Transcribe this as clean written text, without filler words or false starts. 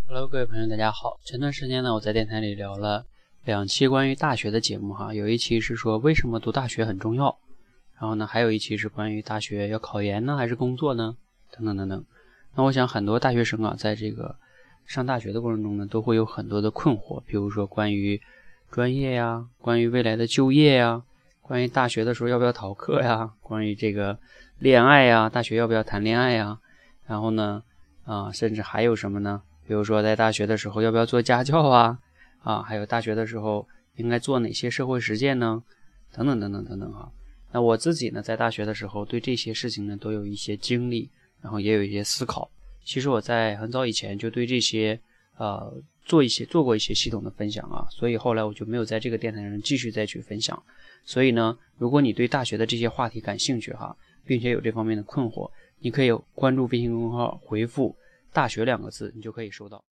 Hello， 各位朋友，大家好。前段时间呢，我在电台里聊了2期关于大学的节目哈，有一期是说为什么读大学很重要，然后呢，还有一期是关于大学要考研呢还是工作呢，等等等等。那我想很多大学生啊，在这个上大学的过程中呢，都会有很多的困惑，比如说关于专业呀，关于未来的就业呀，关于大学的时候要不要逃课呀，关于这个恋爱呀，大学要不要谈恋爱呀，然后呢，甚至还有什么呢？比如说在大学的时候要不要做家教还有大学的时候应该做哪些社会实践呢？等等等等等等哈。那我自己呢，在大学的时候对这些事情呢都有一些经历，然后也有一些思考。其实我在很早以前就对这些做过一些系统的分享啊，所以后来我就没有在这个电台上继续再去分享。所以呢，如果你对大学的这些话题感兴趣哈，并且有这方面的困惑，你可以关注微信公众号回复大学2个字，你就可以收到。